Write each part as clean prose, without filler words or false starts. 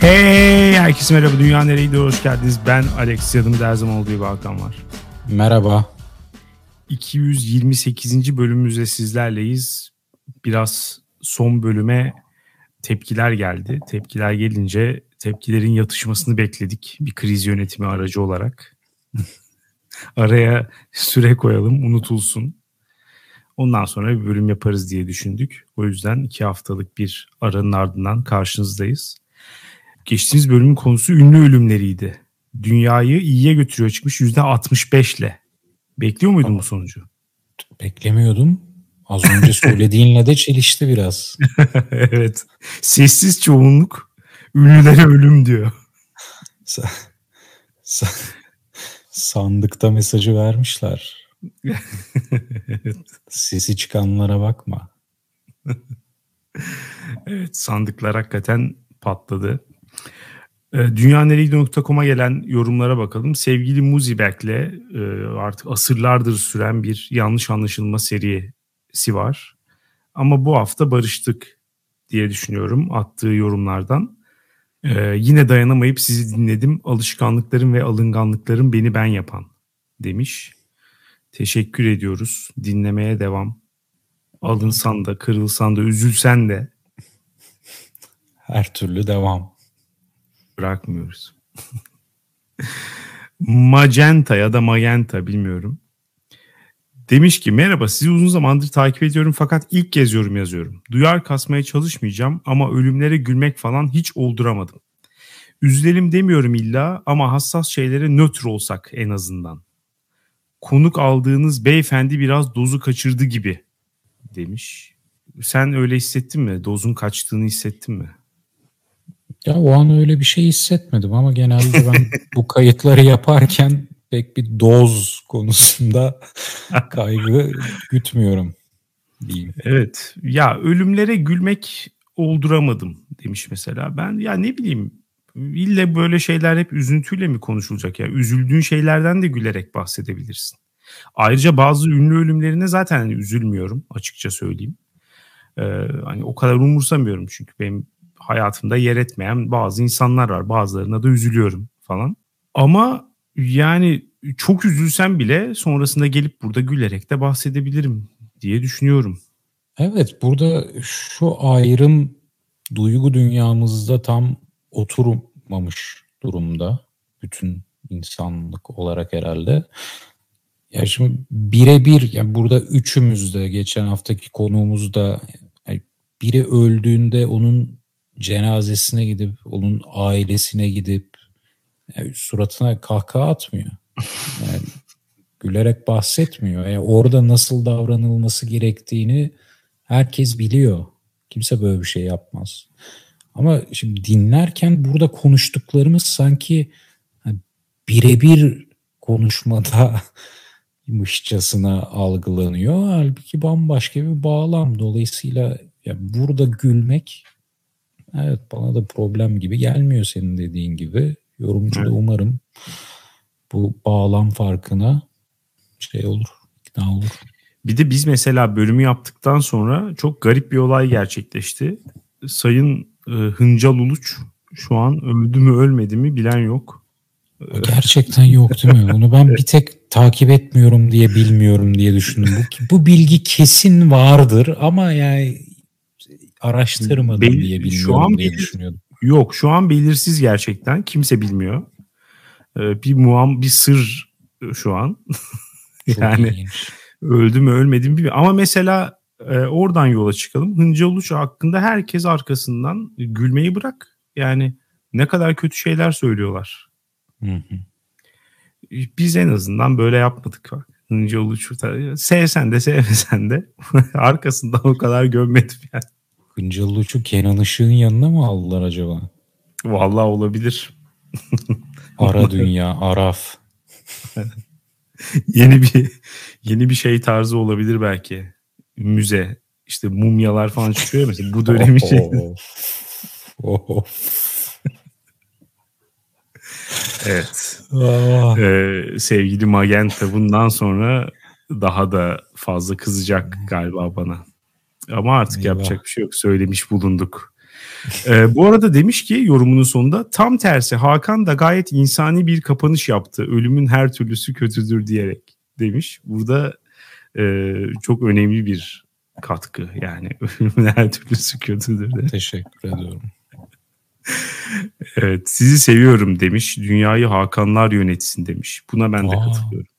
Hey, herkese merhaba. Dünya nereye gidiyor? Hoş geldiniz. Ben Alex. Yanımda her zaman olduğu gibi Hakan var. Merhaba. 228. bölümümüzde sizlerleyiz. Biraz son bölüme tepkiler geldi. Tepkiler gelince tepkilerin yatışmasını bekledik. Bir kriz yönetimi aracı olarak. Araya süre koyalım, unutulsun. Ondan sonra bir bölüm yaparız diye düşündük. O yüzden 2 haftalık bir aranın ardından karşınızdayız. Geçtiğimiz bölümün konusu ünlü ölümleriydi. Dünyayı iyiye götürüyor çıkmış %65'le. Bekliyor muydun bu sonucu? Beklemiyordum. Az önce söylediğinle de çelişti biraz. Evet. Sessiz çoğunluk ünlülere ölüm diyor. Sandıkta mesajı vermişler. Evet. Sesi çıkanlara bakma. Evet, sandıklar hakikaten patladı. Dünyaneregidiyor.com'a gelen yorumlara bakalım. Sevgili Muzibek'le artık asırlardır süren bir yanlış anlaşılma serisi var. Ama bu hafta barıştık diye düşünüyorum attığı yorumlardan. Yine dayanamayıp sizi dinledim. Alışkanlıklarım ve alınganlıklarım beni ben yapan demiş. Teşekkür ediyoruz. Dinlemeye devam. Alınsan da, kırılsan da, üzülsen de. Her türlü devam. Bırakmıyoruz. Magenta ya da Magenta bilmiyorum. Demiş ki merhaba, sizi uzun zamandır takip ediyorum fakat ilk kez yorum yazıyorum. Duyar kasmaya çalışmayacağım ama ölümlere gülmek falan hiç olduramadım. Üzülelim demiyorum illa ama hassas şeylere nötr olsak en azından. Konuk aldığınız beyefendi biraz dozu kaçırdı gibi demiş. Sen öyle hissettin mi? Dozun kaçtığını hissettin mi? Ya o an öyle bir şey hissetmedim ama genelde ben bu kayıtları yaparken pek bir doz konusunda kaygı gütmüyorum diyeyim. Evet. Ya ölümlere gülmek olduramadım demiş mesela. Ben ya ne bileyim ille böyle şeyler hep üzüntüyle mi konuşulacak ya? Üzüldüğün şeylerden de gülerek bahsedebilirsin. Ayrıca bazı ünlü ölümlerine zaten hani üzülmüyorum açıkça söyleyeyim. Hani o kadar umursamıyorum çünkü benim hayatımda yer etmeyen bazı insanlar var. Bazılarına da üzülüyorum falan. Ama yani çok üzülsem bile sonrasında gelip burada gülerek de bahsedebilirim diye düşünüyorum. Evet, burada şu ayrım duygu dünyamızda tam oturmamış durumda. Bütün insanlık olarak herhalde. Ya şimdi birebir yani burada üçümüz de geçen haftaki konuğumuzda yani biri öldüğünde onun cenazesine gidip onun ailesine gidip yani suratına kahkaha atmıyor. Yani gülerek bahsetmiyor. Yani orada nasıl davranılması gerektiğini herkes biliyor. Kimse böyle bir şey yapmaz. Ama şimdi dinlerken burada konuştuklarımız sanki birebir konuşmada mışçasına algılanıyor. Halbuki bambaşka bir bağlam. Dolayısıyla ya burada gülmek evet bana da problem gibi gelmiyor senin dediğin gibi. Yorumcu da umarım bu bağlam farkına şey olur, ikna olur. Bir de biz mesela bölümü yaptıktan sonra çok garip bir olay gerçekleşti. Sayın Hıncal Uluç şu an öldü mü ölmedi mi bilen yok. Gerçekten yok değil mi? Onu ben bir tek takip etmiyorum diye bilmiyorum diye düşündüm. Bu bilgi kesin vardır ama yani araştırmadım diye bilmiyorum diye düşünüyordum. Yok, şu an belirsiz gerçekten. Kimse bilmiyor. Bir sır şu an. Yani ilginç. Öldü mü ölmedi mi bilmiyorum. Ama mesela oradan yola çıkalım. Hıncal Uluç hakkında herkes arkasından gülmeyi bırak. Yani ne kadar kötü şeyler söylüyorlar. Hı. Biz en azından böyle yapmadık. Hıncal Uluç'u sevsen de sevmesen de arkasından o kadar gömmedim yani. Hıncal Uluç'u Kenan Işık'ın yanına mı aldılar acaba? Vallahi olabilir. Ara dünya, Araf. yeni bir şey tarzı olabilir belki. Müze, işte mumyalar falan çıkıyor mesela bu dönem için. Evet. Sevgili Magenta bundan sonra daha da fazla kızacak galiba bana. Ama artık yapacak bir şey yok. Söylemiş bulunduk. Bu arada demiş ki yorumunun sonunda tam tersi Hakan da gayet insani bir kapanış yaptı. Ölümün her türlüsü kötüdür diyerek demiş. Burada çok önemli bir katkı yani ölümün her türlüsü kötüdür de. Teşekkür ediyorum. Evet, sizi seviyorum demiş. Dünyayı Hakanlar yönetsin demiş. Buna ben de katılıyorum.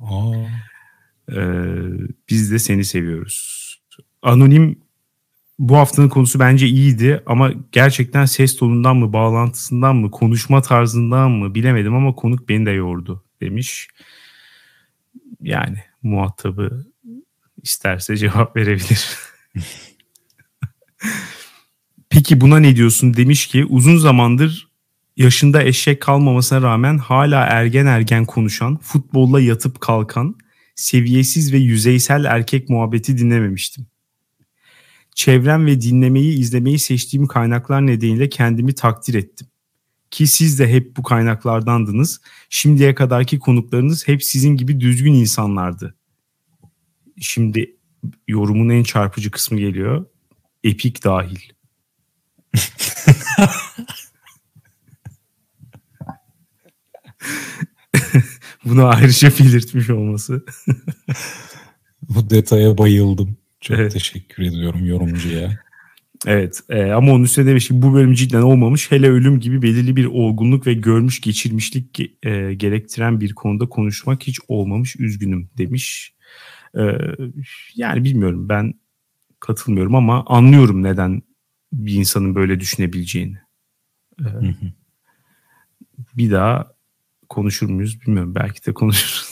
Biz de seni seviyoruz. Anonim bu haftanın konusu bence iyiydi ama gerçekten ses tonundan mı, bağlantısından mı, konuşma tarzından mı bilemedim ama konuk beni de yordu demiş. Yani muhatabı isterse cevap verebilir. Peki buna ne diyorsun demiş ki uzun zamandır yaşında eşek kalmamasına rağmen hala ergen konuşan, futbolla yatıp kalkan, seviyesiz ve yüzeysel erkek muhabbeti dinlememiştim. Çevrem ve dinlemeyi, izlemeyi seçtiğim kaynaklar nedeniyle kendimi takdir ettim. Ki siz de hep bu kaynaklardandınız. Şimdiye kadarki konuklarınız hep sizin gibi düzgün insanlardı. Şimdi yorumun en çarpıcı kısmı geliyor. Epik dahil. Bunu ayrıca belirtmiş olması. Bu detaya bayıldım. Çok teşekkür ediyorum yorumcuya. Evet ama onun üstüne demiş ki bu bölüm cidden olmamış. Hele ölüm gibi belirli bir olgunluk ve görmüş geçirmişlik gerektiren bir konuda konuşmak hiç olmamış. Üzgünüm demiş. Yani bilmiyorum, ben katılmıyorum ama anlıyorum neden bir insanın böyle düşünebileceğini. Bir daha konuşur muyuz bilmiyorum, belki de konuşuruz.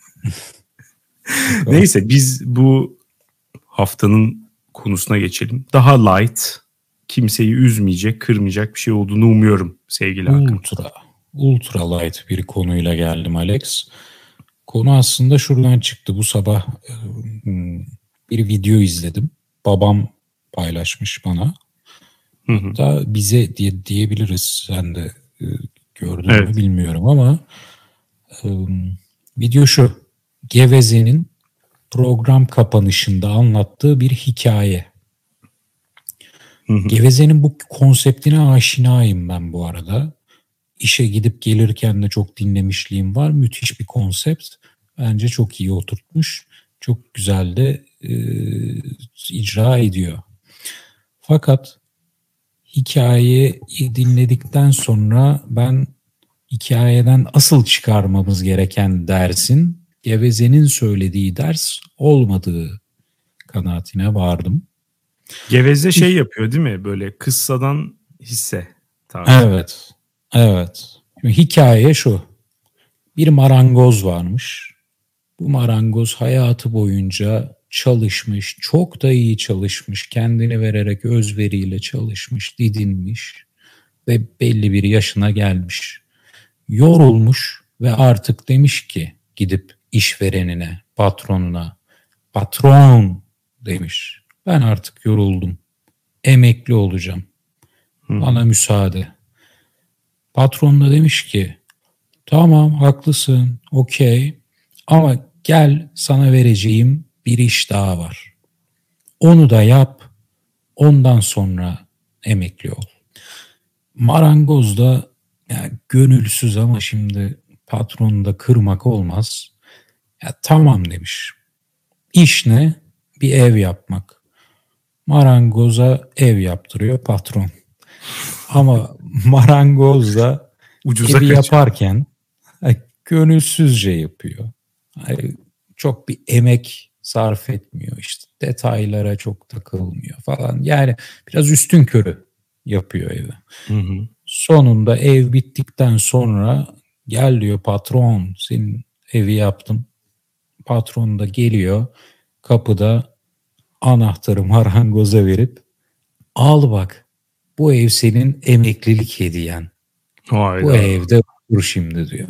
Neyse biz bu haftanın konusuna geçelim. Daha light, kimseyi üzmeyecek, kırmayacak bir şey olduğunu umuyorum sevgili Hakan. Ultra light bir konuyla geldim Alex. Konu aslında şuradan çıktı. Bu sabah bir video izledim. Babam paylaşmış bana. Hatta bize diyebiliriz. Sen de gördün mü bilmiyorum ama video şu. Geveze'nin program kapanışında anlattığı bir hikaye. Geveze'nin bu konseptine aşinayım ben bu arada. İşe gidip gelirken de çok dinlemişliğim var. Müthiş bir konsept. Bence çok iyi oturtmuş. Çok güzel de icra ediyor. Fakat hikayeyi dinledikten sonra ben hikayeden asıl çıkarmamız gereken dersin Geveze'nin söylediği ders olmadığı kanaatine vardım. Geveze şey yapıyor değil mi? Böyle kıssadan hisse tarzı. Evet. Şimdi hikaye şu. Bir marangoz varmış. Bu marangoz hayatı boyunca çalışmış, çok da iyi çalışmış, kendini vererek özveriyle çalışmış, didinmiş ve belli bir yaşına gelmiş. Yorulmuş ve artık demiş ki gidip işverenine, patronuna, patron demiş. Ben artık yoruldum, emekli olacağım, bana müsaade. Patron da demiş ki tamam haklısın, okey ama gel sana vereceğim bir iş daha var. Onu da yap, ondan sonra emekli ol. Marangoz da yani gönülsüz ama şimdi patronu da kırmak olmaz. Ya tamam demiş. İş ne? Bir ev yapmak. Marangoza ev yaptırıyor patron. Ama marangoz da ucuza evi yaparken gönülsüzce yapıyor. Çok bir emek sarf etmiyor, işte detaylara çok takılmıyor falan. Yani biraz üstünkörü yapıyor evi. Sonunda ev bittikten sonra gel diyor patron, senin evi yaptım. Patron da geliyor kapıda anahtarı marangoza verip al bak bu ev senin emeklilik hediyen. Hayda. Bu evde dur şimdi diyor.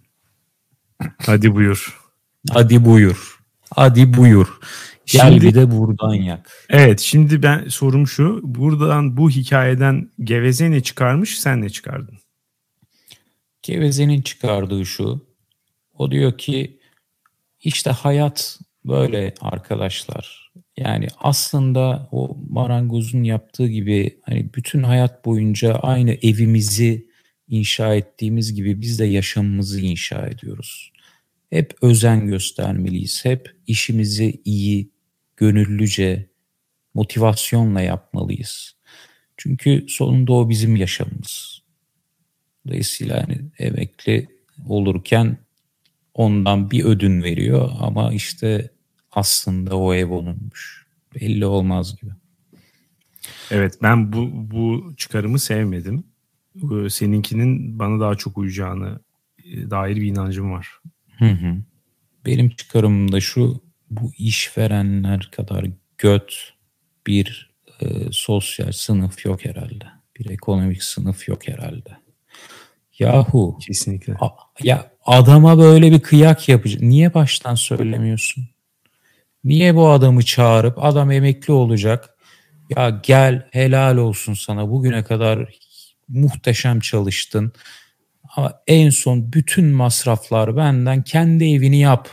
Hadi buyur. Hadi buyur. Hadi buyur. Gel şimdi, bir de buradan yak. Evet, şimdi ben sorum şu. Buradan, bu hikayeden Geveze ne çıkarmış, sen ne çıkardın? Geveze'nin çıkardığı şu. O diyor ki işte hayat böyle arkadaşlar. Yani aslında o marangozun yaptığı gibi hani bütün hayat boyunca aynı evimizi inşa ettiğimiz gibi biz de yaşamımızı inşa ediyoruz. Hep özen göstermeliyiz. Hep işimizi iyi, gönüllüce, motivasyonla yapmalıyız. Çünkü sonunda o bizim yaşamımız. Dolayısıyla hani emekli olurken ondan bir ödün veriyor ama işte aslında o ev onunmuş. Belli olmaz gibi. Evet, ben bu çıkarımı sevmedim. Seninkinin bana daha çok uyacağını dair bir inancım var. Hı hı. Benim çıkarımım da şu: bu işverenler kadar göt bir sosyal sınıf yok herhalde. Bir ekonomik sınıf yok herhalde. Yahu Kesinlikle. ya adama böyle bir kıyak yapacak. Niye baştan söylemiyorsun? Niye bu adamı çağırıp adam emekli olacak? Ya gel helal olsun sana, bugüne kadar muhteşem çalıştın. Ama en son bütün masraflar benden, kendi evini yap.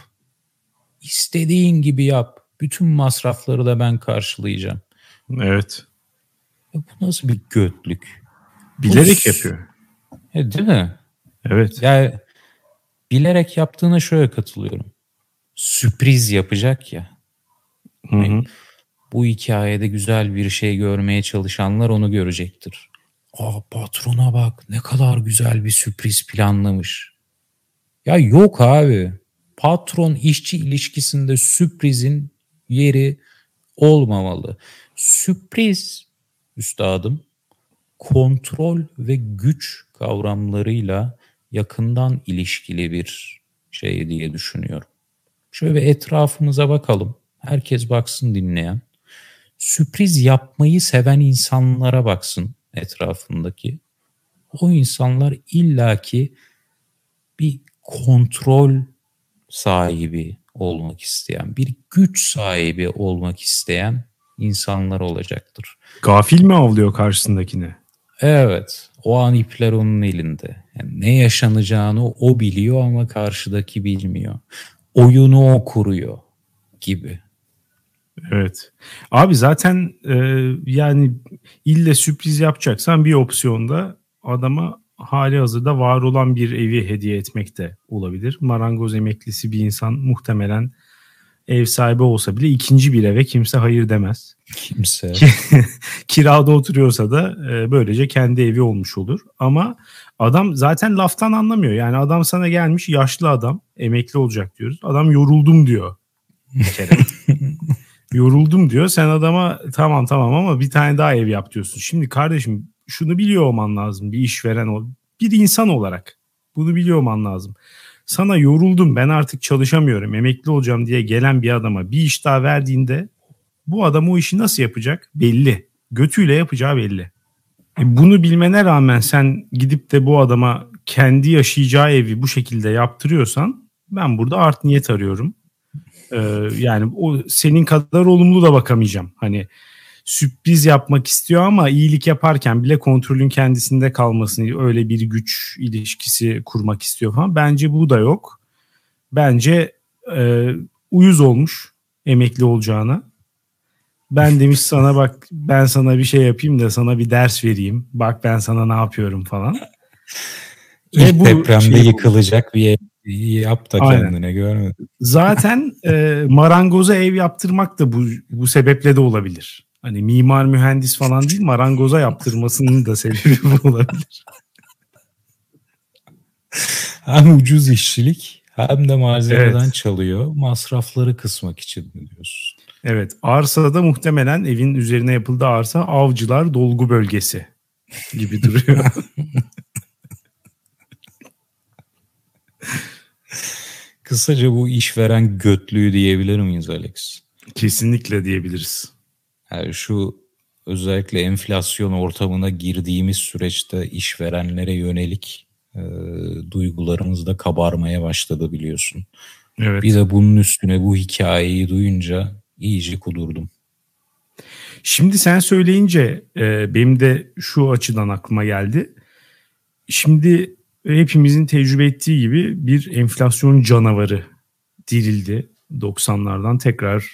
İstediğin gibi yap. Bütün masrafları da ben karşılayacağım. Evet. Ya bu nasıl bir götlük? Bilerek yapıyor. Değil mi? Evet. Yani bilerek yaptığına şöyle katılıyorum. Sürpriz yapacak ya. Hı hı. Yani bu hikayede güzel bir şey görmeye çalışanlar onu görecektir. Patrona bak ne kadar güzel bir sürpriz planlamış. Ya yok abi. Patron işçi ilişkisinde sürprizin yeri olmamalı. Sürpriz üstadım kontrol ve güç kavramlarıyla yakından ilişkili bir şey diye düşünüyorum. Şöyle bir etrafımıza bakalım. Herkes baksın, dinleyen. Sürpriz yapmayı seven insanlara baksın etrafındaki. O insanlar illaki bir kontrol sahibi olmak isteyen, bir güç sahibi olmak isteyen insanlar olacaktır. Gafil mi avlıyor karşısındakine? Evet, o an ipler onun elinde. Yani ne yaşanacağını o biliyor ama karşıdaki bilmiyor. Oyunu o kuruyor gibi. Evet. Abi zaten yani ille sürpriz yapacaksan bir opsiyonda adama hali hazırda var olan bir evi hediye etmek de olabilir. Marangoz emeklisi bir insan muhtemelen ev sahibi olsa bile ikinci bir eve kimse hayır demez. Kimse. Kirada oturuyorsa da böylece kendi evi olmuş olur. Ama adam zaten laftan anlamıyor. Yani adam sana gelmiş, yaşlı adam, emekli olacak diyoruz. Adam yoruldum diyor bir kere. Yoruldum diyor. Sen adama tamam ama bir tane daha ev yap diyorsun. Şimdi kardeşim şunu biliyor olman lazım, bir işveren ol. Bir insan olarak bunu biliyor olman lazım. Sana yoruldum, ben artık çalışamıyorum, emekli olacağım diye gelen bir adama bir iş daha verdiğinde bu adam o işi nasıl yapacak belli. Götüyle yapacağı belli. Bunu bilmene rağmen sen gidip de bu adama kendi yaşayacağı evi bu şekilde yaptırıyorsan ben burada art niyet arıyorum. Yani o senin kadar olumlu da bakamayacağım. Hani sürpriz yapmak istiyor ama iyilik yaparken bile kontrolün kendisinde kalmasını, öyle bir güç ilişkisi kurmak istiyor falan. Bence bu da yok. Bence uyuz olmuş emekli olacağına. Ben demiş sana bak ben sana bir şey yapayım da sana bir ders vereyim. Bak ben sana ne yapıyorum falan. İlk Ve bu depremde şey yıkılacak bir ev yap da aynen. kendine, görmedin. Zaten marangoza ev yaptırmak da bu sebeple de olabilir. Hani mimar mühendis falan değil marangoza yaptırmasının da sebebi bu olabilir. Hem ucuz işçilik hem de malzemeden Evet. çalıyor. Masrafları kısmak için mi diyorsun? Evet. Arsada muhtemelen evin üzerine yapıldığı arsa avcılar dolgu bölgesi gibi duruyor. Kısaca bu işveren götlüğü diyebilir miyiz Alex? Kesinlikle diyebiliriz. Yani şu özellikle enflasyon ortamına girdiğimiz süreçte işverenlere yönelik duygularımız da kabarmaya başladı, biliyorsun. Bir Evet. de bunun üstüne bu hikayeyi duyunca iyice kudurdum. Şimdi sen söyleyince benim de şu açıdan aklıma geldi. Şimdi hepimizin tecrübe ettiği gibi bir enflasyon canavarı dirildi 90'lardan tekrar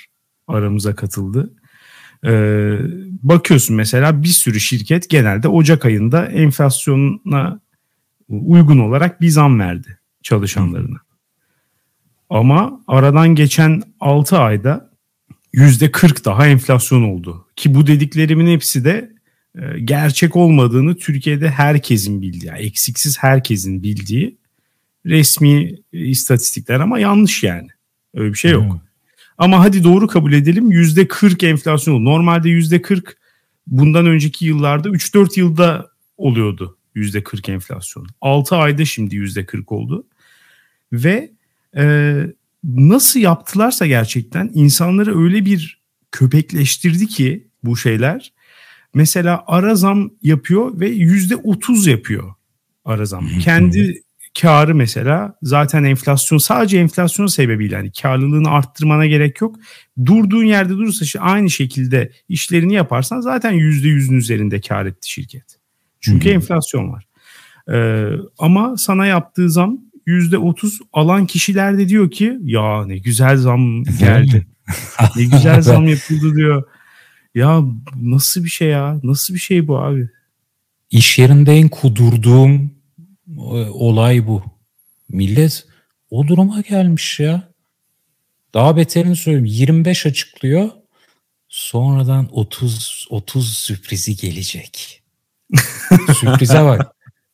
aramıza katıldı. Bakıyorsun mesela bir sürü şirket genelde Ocak ayında enflasyona uygun olarak bir zam verdi çalışanlarına. Ama aradan geçen 6 ayda %40 daha enflasyon oldu. Ki bu dediklerimin hepsi de gerçek olmadığını Türkiye'de herkesin bildiği, yani eksiksiz herkesin bildiği resmi istatistikler ama yanlış yani. Öyle bir şey yok. Ama hadi doğru kabul edelim, %40 enflasyon oldu. Normalde %40 bundan önceki yıllarda 3-4 yılda oluyordu %40 enflasyon. 6 ayda şimdi %40 oldu. Ve nasıl yaptılarsa gerçekten insanları öyle bir köpekleştirdi ki bu şeyler. Mesela ara zam yapıyor ve %30 yapıyor ara zam. Kendi karı mesela zaten enflasyon, sadece enflasyon sebebiyle, yani karlılığını arttırmana gerek yok. Durduğun yerde durursa aynı şekilde işlerini yaparsan zaten %100'ün üzerinde kar etti şirket. Çünkü enflasyon var. Ama sana yaptığı zam %30, alan kişiler de diyor ki ya ne güzel zam geldi. Ne güzel zam yapıldı diyor. Ya nasıl bir şey ya? Nasıl bir şey bu abi? İş yerinde en kudurduğum olay bu. Millet o duruma gelmiş ya. Daha beterini söyleyeyim. 25 açıklıyor. Sonradan 30 sürprizi gelecek. Sürprize bak.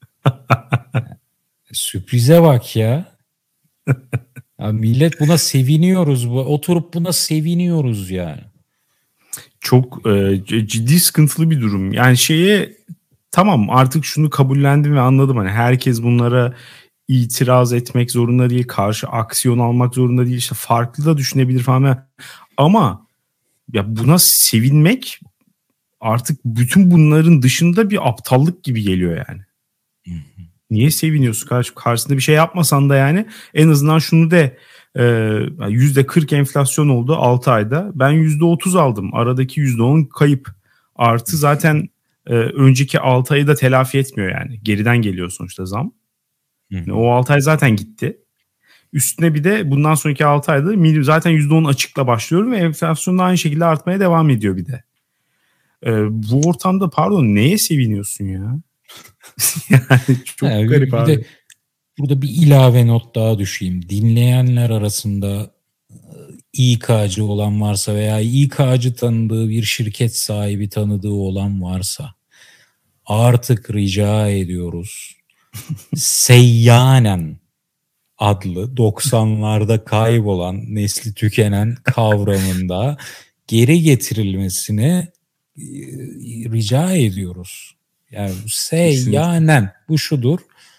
Sürprize bak ya. Ya millet buna seviniyoruz. Oturup buna seviniyoruz yani. Çok ciddi sıkıntılı bir durum. Yani tamam, artık şunu kabullendim ve anladım. Hani herkes bunlara itiraz etmek zorunda değil. Karşı aksiyon almak zorunda değil. İşte farklı da düşünebilir falan. Ama ya buna sevinmek artık bütün bunların dışında bir aptallık gibi geliyor yani. Niye seviniyorsun? Karşısında bir şey yapmasan da yani en azından şunu de, %40 enflasyon oldu 6 ayda. Ben %30 aldım. Aradaki %10 kayıp. Artı zaten önceki 6 ayı da telafi etmiyor yani. Geriden geliyor sonuçta zam. Yani o 6 ay zaten gitti. Üstüne bir de bundan sonraki 6 ayda zaten %10 açıkla başlıyorum ve enflasyon da aynı şekilde artmaya devam ediyor bir de. Bu ortamda pardon neye seviniyorsun ya? Yani çok garip abi. De burada bir ilave not daha düşeyim. Dinleyenler arasında İK'cı olan varsa veya İK'cı tanıdığı bir şirket sahibi tanıdığı olan varsa artık rica ediyoruz. Seyyanen adlı 90'larda kaybolan, nesli tükenen kavramında geri getirilmesini rica ediyoruz. Yani seyyanen bu şudur.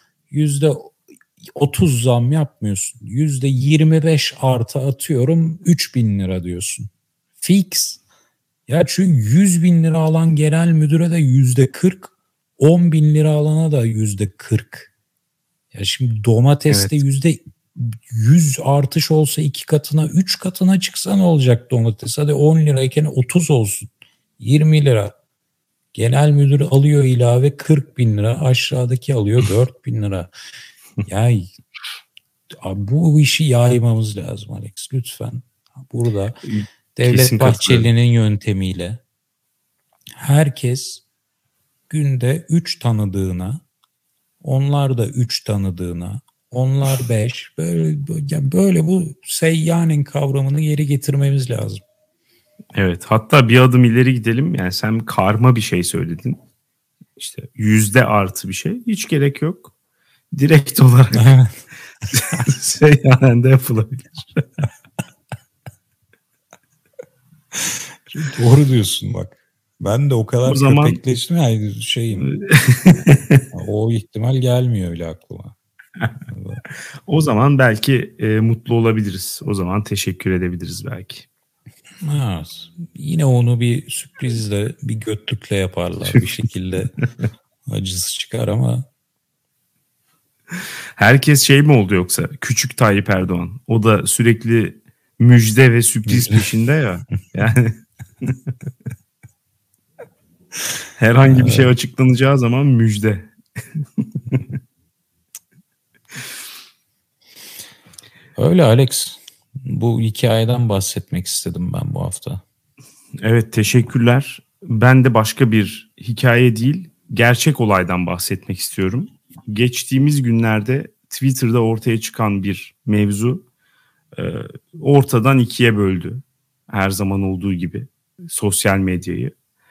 %30 zam yapmıyorsun. %25 artı atıyorum 3.000 lira diyorsun. Fix. Ya çünkü 100.000 lira alan genel müdüre de %40, 10.000 lira alana da %40. Ya şimdi domateste evet. %100 artış olsa 2 katına 3 katına çıksa ne olacak domates? Hadi 10 lirayken 30 olsun. 20 lira. Genel müdür alıyor ilave 40.000 lira. Aşağıdaki alıyor 4.000 lira. Ya bu işi yaymamız lazım Alex lütfen. Burada Devlet Bahçeli'nin yöntemiyle herkes günde 3 tanıdığına, onlar da 3 tanıdığına, onlar 5 böyle bu seyyanen kavramını geri getirmemiz lazım. Evet, hatta bir adım ileri gidelim. Yani sen karma bir şey söyledin. İşte %+ bir şey. Hiç gerek yok. Direkt olarak seyyanen de yapılabilir. Doğru diyorsun bak. Ben de o kadar köpekleştim yani şeyim. O ihtimal gelmiyor bile aklıma. O zaman belki mutlu olabiliriz. O zaman teşekkür edebiliriz belki. Ha, yine onu bir sürprizle, bir götlükle yaparlar bir şekilde. Acısı çıkar ama. Herkes mi oldu yoksa? Küçük Tayyip Erdoğan. O da sürekli müjde ve sürpriz peşinde ya. Yani herhangi bir şey açıklanacağı zaman müjde. Öyle Alex. bu hikayeden bahsetmek istedim ben bu hafta. Evet, teşekkürler. Ben de başka bir hikaye değil, gerçek olaydan bahsetmek istiyorum. Geçtiğimiz günlerde Twitter'da ortaya çıkan bir mevzu ortadan ikiye böldü. Her zaman olduğu gibi sosyal medyayı.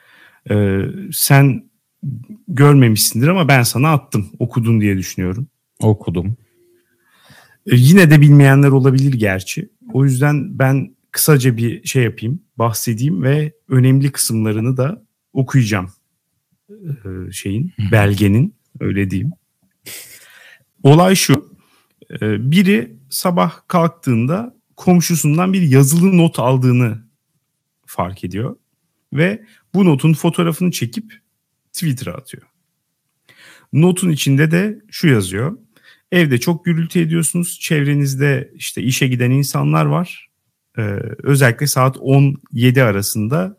Sen görmemişsindir ama ben sana attım. Okudun diye düşünüyorum. Okudum. Yine de bilmeyenler olabilir gerçi. O yüzden ben kısaca bir şey yapayım, bahsedeyim ve önemli kısımlarını da okuyacağım. Belgenin, öyle diyeyim. Olay şu. Biri sabah kalktığında komşusundan bir yazılı not aldığını fark ediyor ve bu notun fotoğrafını çekip Twitter'a atıyor. Notun içinde de şu yazıyor: evde çok gürültü ediyorsunuz, çevrenizde işte işe giden insanlar var, özellikle saat 17 arasında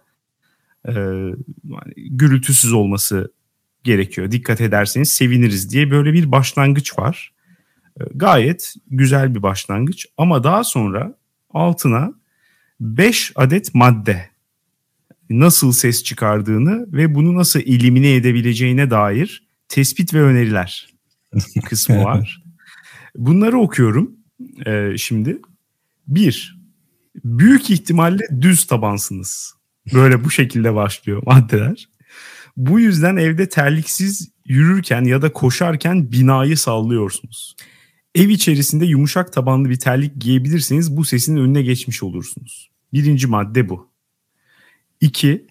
gürültüsüz olması gerekiyor, dikkat ederseniz seviniriz diye böyle bir başlangıç var. Gayet güzel bir başlangıç ama daha sonra altına 5 adet madde, nasıl ses çıkardığını ve bunu nasıl elimine edebileceğine dair tespit ve öneriler kısmı var. Bunları okuyorum şimdi. 1. Büyük ihtimalle düz tabansınız. Böyle bu şekilde başlıyor maddeler. Bu yüzden evde terliksiz yürürken ya da koşarken binayı sallıyorsunuz. Ev içerisinde yumuşak tabanlı bir terlik giyebilirseniz bu sesin önüne geçmiş olursunuz. Birinci madde bu. 2.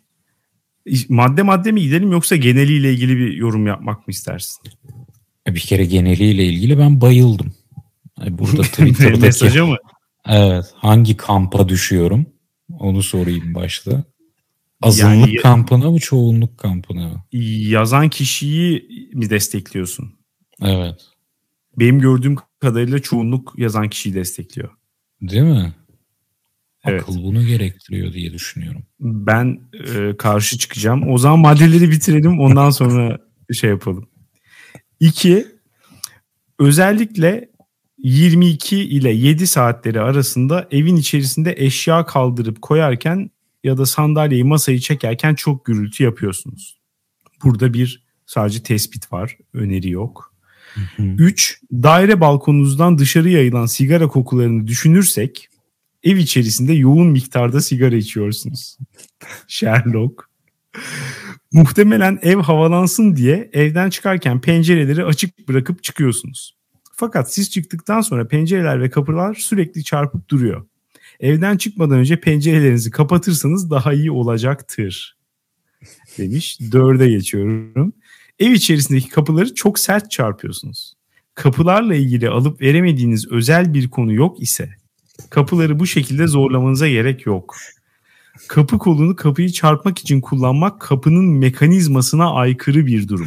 Madde mi gidelim yoksa geneliyle ilgili bir yorum yapmak mı istersin? Bir kere geneliyle ilgili ben bayıldım. Burada Twitter'daki mesaja mı? Evet, hangi kampa düşüyorum? Onu sorayım başta. Azınlık yani, kampına mı, çoğunluk kampına mı? Yazan kişiyi mi destekliyorsun? Evet. Benim gördüğüm kadarıyla çoğunluk yazan kişiyi destekliyor. Değil mi? Evet. Akıl bunu gerektiriyor diye düşünüyorum. Ben karşı çıkacağım. O zaman maddeleri bitirelim, ondan sonra şey yapalım. 2. Özellikle 22 ile 7 saatleri arasında evin içerisinde eşya kaldırıp koyarken ya da sandalyeyi, masayı çekerken çok gürültü yapıyorsunuz. Burada bir sadece tespit var, öneri yok. 3. Daire balkonunuzdan dışarı yayılan sigara kokularını düşünürsek ev içerisinde yoğun miktarda sigara içiyorsunuz. Sherlock. Muhtemelen ev havalansın diye evden çıkarken pencereleri açık bırakıp çıkıyorsunuz. Fakat siz çıktıktan sonra pencereler ve kapılar sürekli çarpıp duruyor. Evden çıkmadan önce pencerelerinizi kapatırsanız daha iyi olacaktır demiş. 4'e geçiyorum. Ev içerisindeki kapıları çok sert çarpıyorsunuz. Kapılarla ilgili alıp veremediğiniz özel bir konu yok ise kapıları bu şekilde zorlamanıza gerek yok. Kapı kolunu kapıyı çarpmak için kullanmak kapının mekanizmasına aykırı bir durum.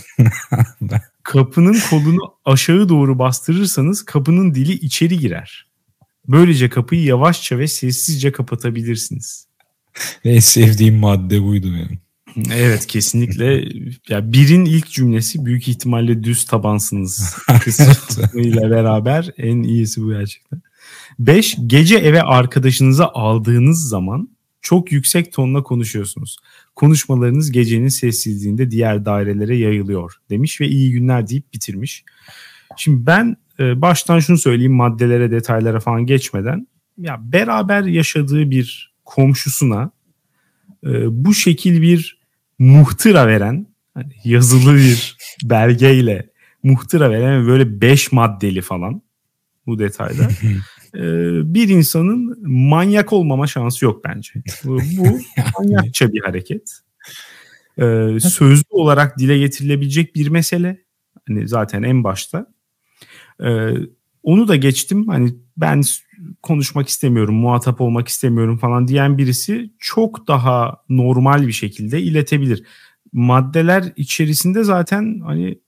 Kapının kolunu aşağı doğru bastırırsanız kapının dili içeri girer. Böylece kapıyı yavaşça ve sessizce kapatabilirsiniz. En sevdiğim madde buydu benim. Evet, kesinlikle. Ya birin ilk cümlesi büyük ihtimalle düz tabansınız kısmıyla beraber en iyisi bu gerçekten. 5. Gece eve arkadaşınıza aldığınız zaman çok yüksek tonla konuşuyorsunuz. Konuşmalarınız gecenin sessizliğinde diğer dairelere yayılıyor demiş ve iyi günler deyip bitirmiş. Şimdi ben baştan şunu söyleyeyim, maddelere, detaylara falan geçmeden. Ya beraber yaşadığı bir komşusuna bu şekil bir muhtıra veren, hani yazılı bir belgeyle muhtıra veren ve böyle 5 maddeli falan bu detayda bir insanın manyak olmama şansı yok bence. Bu manyakça bir hareket. Sözlü olarak dile getirilebilecek bir mesele. Hani zaten en başta. Onu da geçtim. Hani ben konuşmak istemiyorum, muhatap olmak istemiyorum falan diyen birisi çok daha normal bir şekilde iletebilir. Maddeler içerisinde zaten hani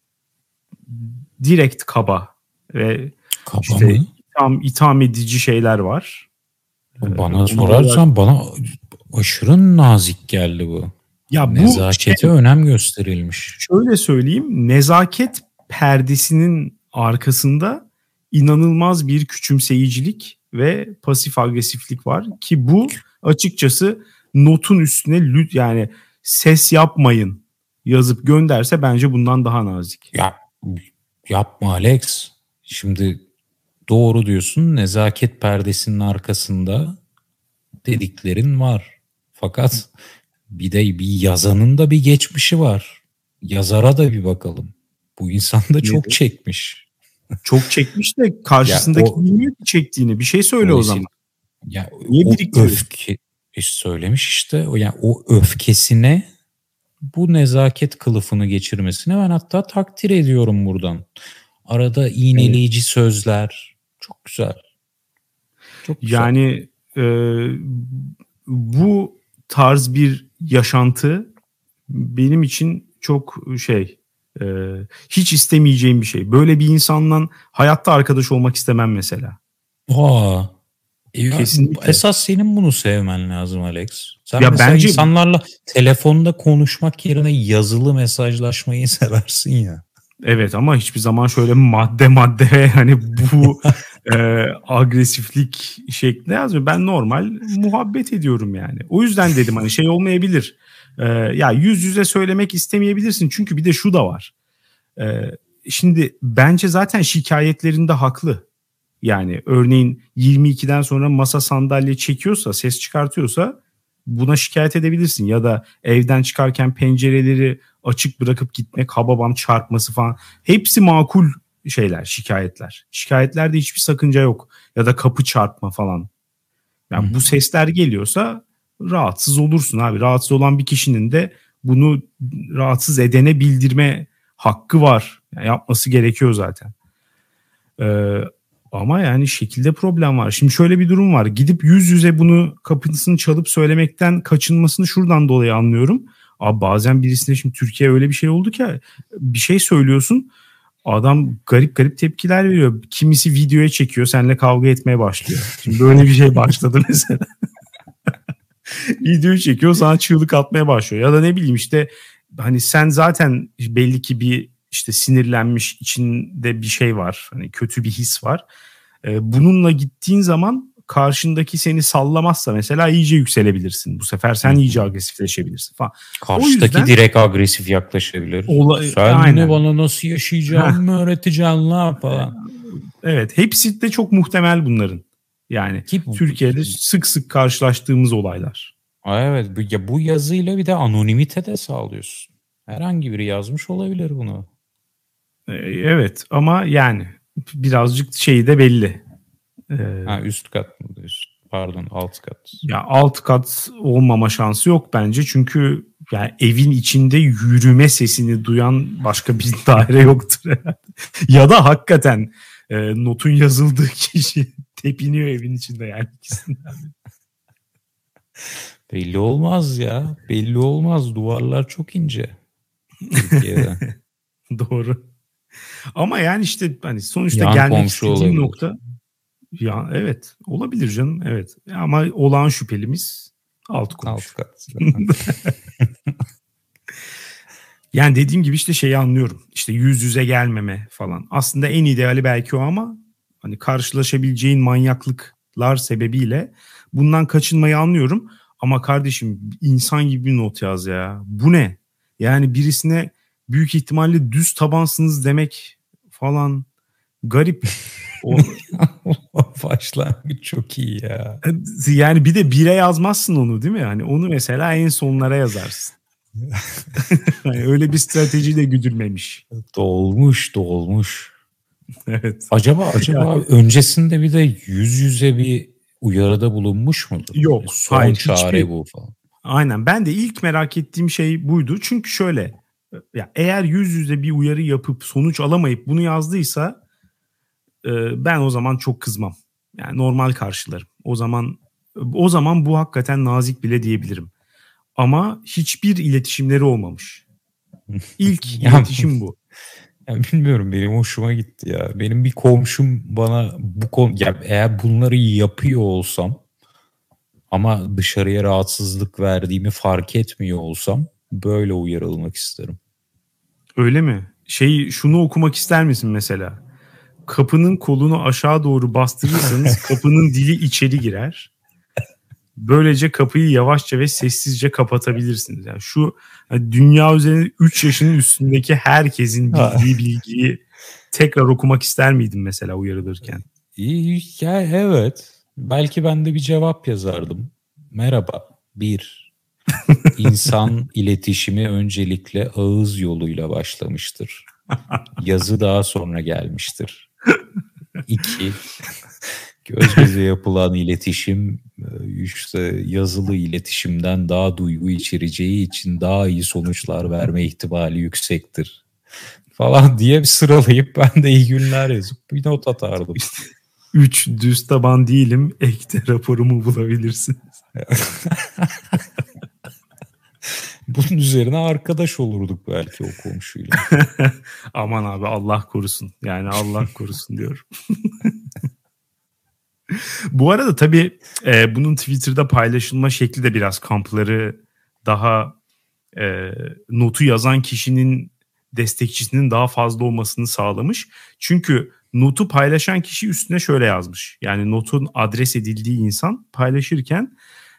direkt kaba ve işte itham edici şeyler var. Bana sorarsan bana aşırı nazik geldi bu. Ya nezakete önem gösterilmiş. Şöyle söyleyeyim, nezaket perdesinin arkasında inanılmaz bir küçümseyicilik ve pasif agresiflik var ki bu açıkçası notun üstüne yani ses yapmayın yazıp gönderse bence bundan daha nazik. Ya yapma Alex. Şimdi doğru diyorsun. Nezaket perdesinin arkasında dediklerin var. Fakat bir yazanın da bir geçmişi var. Yazara da bir bakalım. Bu insan da çok çekmiş. Çok çekmiş de karşısındaki bilmiyor ki çektiğini. Bir şey söyle o zaman. Ya niye öfke söylemiş işte. Yani o öfkesine bu nezaket kılıfını geçirmesine ben hatta takdir ediyorum buradan. Arada iğneleyici sözler. Çok güzel. Çok güzel. Yani bu tarz bir yaşantı benim için çok hiç istemeyeceğim bir şey. Böyle bir insanla hayatta arkadaş olmak istemem mesela. Kesinlikle. Esas senin bunu sevmen lazım Alex. Sen ya mesela insanlarla telefonda konuşmak yerine yazılı mesajlaşmayı seversin ya. Evet ama hiçbir zaman şöyle madde hani bu agresiflik şeklinde yazmıyor. Ben normal muhabbet ediyorum yani. O yüzden dedim hani şey olmayabilir. Ya yüz yüze söylemek istemeyebilirsin. Çünkü bir de şu da var. Şimdi bence zaten şikayetlerinde haklı. Yani örneğin 22'den sonra masa sandalye çekiyorsa, ses çıkartıyorsa buna şikayet edebilirsin. Ya da evden çıkarken pencereleri açık bırakıp gitmek, hababam çarpması falan. Hepsi makul şeyler, şikayetler. Şikayetlerde hiçbir sakınca yok. Ya da kapı çarpma falan. Yani bu sesler geliyorsa rahatsız olursun abi. Rahatsız olan bir kişinin de bunu rahatsız edene bildirme hakkı var. Yani yapması gerekiyor zaten. Ama yani şekilde problem var. Şimdi şöyle bir durum var. Gidip yüz yüze bunu kapısını çalıp söylemekten kaçınmasını şuradan dolayı anlıyorum. Abi bazen birisine şimdi Türkiye öyle bir şey oldu ki bir şey söylüyorsun. Adam garip garip tepkiler veriyor. Kimisi videoya çekiyor. Seninle kavga etmeye başlıyor. Şimdi böyle bir şey başladı mesela. Videoyu çekiyor sana çığlık atmaya başlıyor. Ya da ne bileyim işte hani sen zaten belli ki bir işte sinirlenmiş içinde bir şey var. Hani kötü bir his var. Bununla gittiğin zaman karşındaki seni sallamazsa mesela iyice yükselebilirsin. Bu sefer sen iyice agresifleşebilirsin falan. Karşıdaki direkt agresif yaklaşabilir. Sen ne bana nasıl yaşayacağımı öğreteceksin la falan. Evet, hepsi de çok muhtemel bunların. Yani Türkiye'de sık sık karşılaştığımız olaylar. Evet, bu yazıyla bir de anonimite de sağlıyorsun. Herhangi biri yazmış olabilir bunu. Evet ama yani birazcık şeyi de belli. Üst kat mı diyorsun? Pardon, alt kat. Ya alt kat olmama şansı yok bence. Çünkü yani evin içinde yürüme sesini duyan başka bir daire yoktur herhalde. Ya da hakikaten notun yazıldığı kişi tepiniyor evin içinde yani ikisinden. Belli olmaz ya. Belli olmaz. Duvarlar çok ince. Türkiye'de. Doğru. Ama yani işte hani sonuçta gelmek istediğim nokta ya evet olabilir canım evet ama olağan şüphelimiz alt komşu. Alt kat. Yani dediğim gibi işte şeyi anlıyorum. İşte yüz yüze gelmeme falan. Aslında en ideali belki o ama hani karşılaşabileceğin manyaklıklar sebebiyle bundan kaçınmayı anlıyorum. Ama kardeşim insan gibi bir not yaz ya. Bu ne? Yani birisine büyük ihtimalle düz tabansınız demek falan garip. O başlangıç çok iyi ya. Yani bir de bire yazmazsın onu değil mi? Hani onu mesela en sonlara yazarsın. Yani öyle bir stratejiyle güdülmemiş. Dolmuş. Evet. Acaba yani, öncesinde bir de yüz yüze bir uyarıda bulunmuş mudur? Yok. Son çare bu falan. Aynen. Ben de ilk merak ettiğim şey buydu. Çünkü şöyle ya eğer yüz yüze bir uyarı yapıp sonuç alamayıp bunu yazdıysa ben o zaman çok kızmam. Yani normal karşılarım. O zaman bu hakikaten nazik bile diyebilirim. Ama hiçbir iletişimleri olmamış. İlk iletişim bu. Ya bilmiyorum benim hoşuma gitti ya. Benim bir komşum bana bu konu ya eğer bunları yapıyor olsam ama dışarıya rahatsızlık verdiğimi fark etmiyor olsam böyle uyarılmak isterim. Öyle mi? Şunu okumak ister misin mesela? kapının kolunu aşağı doğru bastırırsanız kapının dili içeri girer. Böylece kapıyı yavaşça ve sessizce kapatabilirsiniz. Yani şu dünya üzerinde 3 yaşının üstündeki herkesin bildiği bilgiyi tekrar okumak ister miydin mesela uyarılırken? Ya evet. Belki ben de bir cevap yazardım. Merhaba. 1. İnsan iletişimi öncelikle ağız yoluyla başlamıştır. Yazı daha sonra gelmiştir. 2. Göz göze yapılan iletişim işte yazılı iletişimden daha duygu içereceği için daha iyi sonuçlar verme ihtimali yüksektir. Falan diye bir sıralayıp ben de iyi günler yazıp bir not atardım. 3 düz taban değilim. Ekte raporumu bulabilirsiniz. Bunun üzerine arkadaş olurduk belki o komşuyla. Aman abi Allah korusun. Yani Allah korusun diyorum. Bu arada tabii bunun Twitter'da paylaşılma şekli de biraz kampları daha notu yazan kişinin destekçisinin daha fazla olmasını sağlamış. Çünkü notu paylaşan kişi üstüne şöyle yazmış. Yani notun adres edildiği insan paylaşırken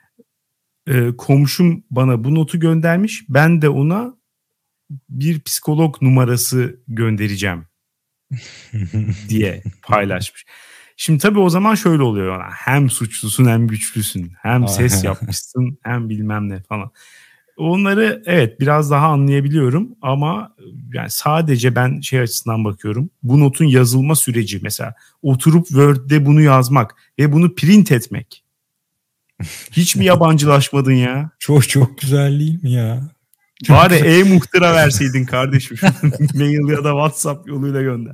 komşum bana bu notu göndermiş. Ben de ona bir psikolog numarası göndereceğim diye paylaşmış. Şimdi tabii o zaman şöyle oluyor ona. Hem suçlusun hem güçlüsün. Hem ses yapmışsın hem bilmem ne falan. Onları evet biraz daha anlayabiliyorum ama yani sadece ben şey açısından bakıyorum. Bu notun yazılma süreci mesela oturup Word'de bunu yazmak ve bunu print etmek. Hiç mi yabancılaşmadın ya? Çok güzel değil mi ya? Bari e-muhtıra verseydin kardeşim. Mail ya da WhatsApp yoluyla gönder.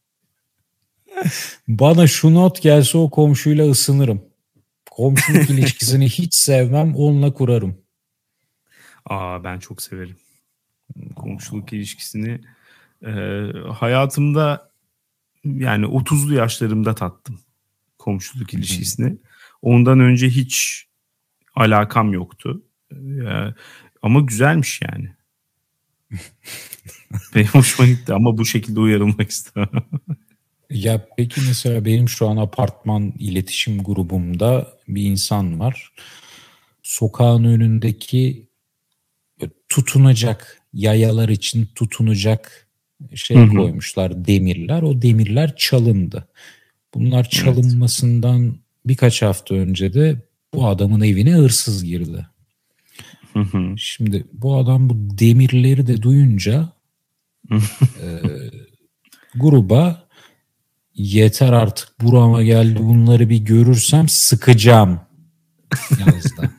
Bana şu not gelse o komşuyla ısınırım. Komşuluk ilişkisini hiç sevmem, onunla kurarım. Ben çok severim. Komşuluk ilişkisini hayatımda yani 30'lu yaşlarımda tattım komşuluk ilişkisini. Ondan önce hiç alakam yoktu. Ama güzelmiş yani. Benim hoşuma gitti ama bu şekilde uyarılmak istemem. Ya peki mesela benim şu an apartman iletişim grubumda bir insan var. Sokağın önündeki tutunacak, yayalar için tutunacak koymuşlar, demirler. O demirler çalındı. Bunlar çalınmasından birkaç hafta önce de bu adamın evine hırsız girdi. Şimdi bu adam bu demirleri de duyunca gruba yeter artık burama geldi bunları bir görürsem sıkacağım yazdı.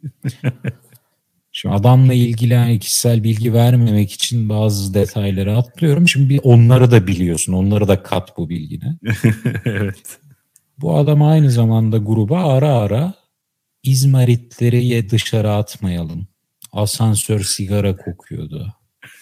Şimdi adamla ilgili kişisel bilgi vermemek için bazı detayları atlıyorum. Şimdi onları da biliyorsun. Onları da kat bu bilgine. Evet. Bu adam aynı zamanda gruba ara ara İzmaritleri dışarı atmayalım. Asansör sigara kokuyordu.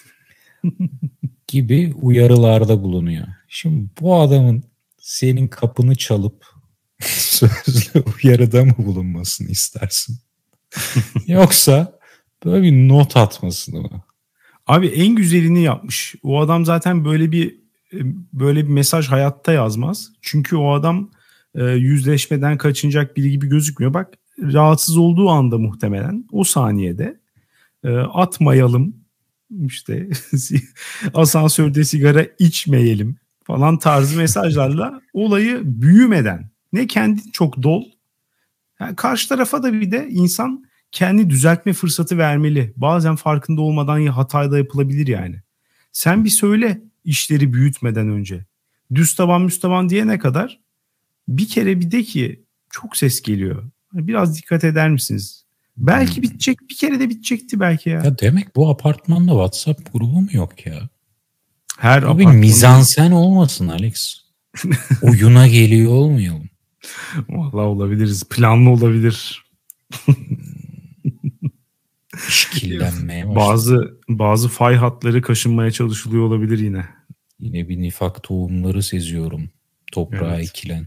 Gibi uyarılarda bulunuyor. Şimdi bu adamın senin kapını çalıp sözlü uyarıda mı bulunmasını istersin? Yoksa böyle bir not atmasını mı? Abi en güzelini yapmış. O adam zaten böyle bir mesaj hayatta yazmaz. Çünkü o adam yüzleşmeden kaçınacak biri gibi gözükmüyor. Bak rahatsız olduğu anda muhtemelen o saniyede atmayalım işte asansörde sigara içmeyelim falan tarzı mesajlarla olayı büyümeden ne kendin çok dol yani karşı tarafa da bir de insan kendi düzeltme fırsatı vermeli. Bazen farkında olmadan hata da yapılabilir yani. Sen bir söyle işleri büyütmeden önce. Düz taban müstaban diyene kadar bir kere bir de ki çok ses geliyor. Biraz dikkat eder misiniz? Belki bitecek. Bir kere de bitecekti belki ya. Ya demek bu apartmanda WhatsApp grubu mu yok ya? Her apartmanda... mizansen olmasın Alex. Oyuna geliyor olmayalım. Vallahi olabiliriz. Planlı olabilir. İşkillenmeye başladı. Bazı fay hatları kaşınmaya çalışılıyor olabilir yine. Yine bir nifak tohumları seziyorum. Toprağa ekilen.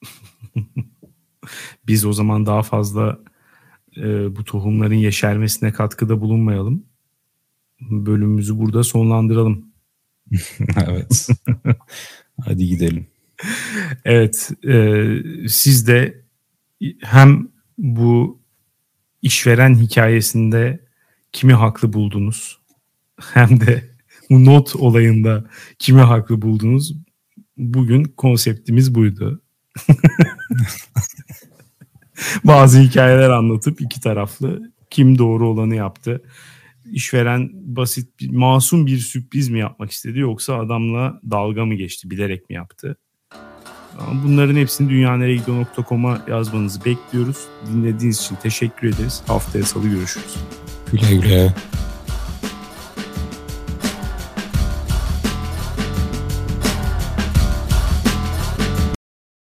Biz o zaman daha fazla bu tohumların yeşermesine katkıda bulunmayalım. Bölümümüzü burada sonlandıralım. Evet. Hadi gidelim. Evet, siz de hem bu işveren hikayesinde kimi haklı buldunuz, hem de bu not olayında kimi haklı buldunuz. Bugün konseptimiz buydu. Bazı hikayeler anlatıp iki taraflı kim doğru olanı yaptı. İşveren basit, masum bir sürpriz mi yapmak istedi, yoksa adamla dalga mı geçti, bilerek mi yaptı? Bunların hepsini dünyaneregidiyor.com'a yazmanızı bekliyoruz. Dinlediğiniz için teşekkür ederiz. Haftaya Salı görüşürüz. Güle güle.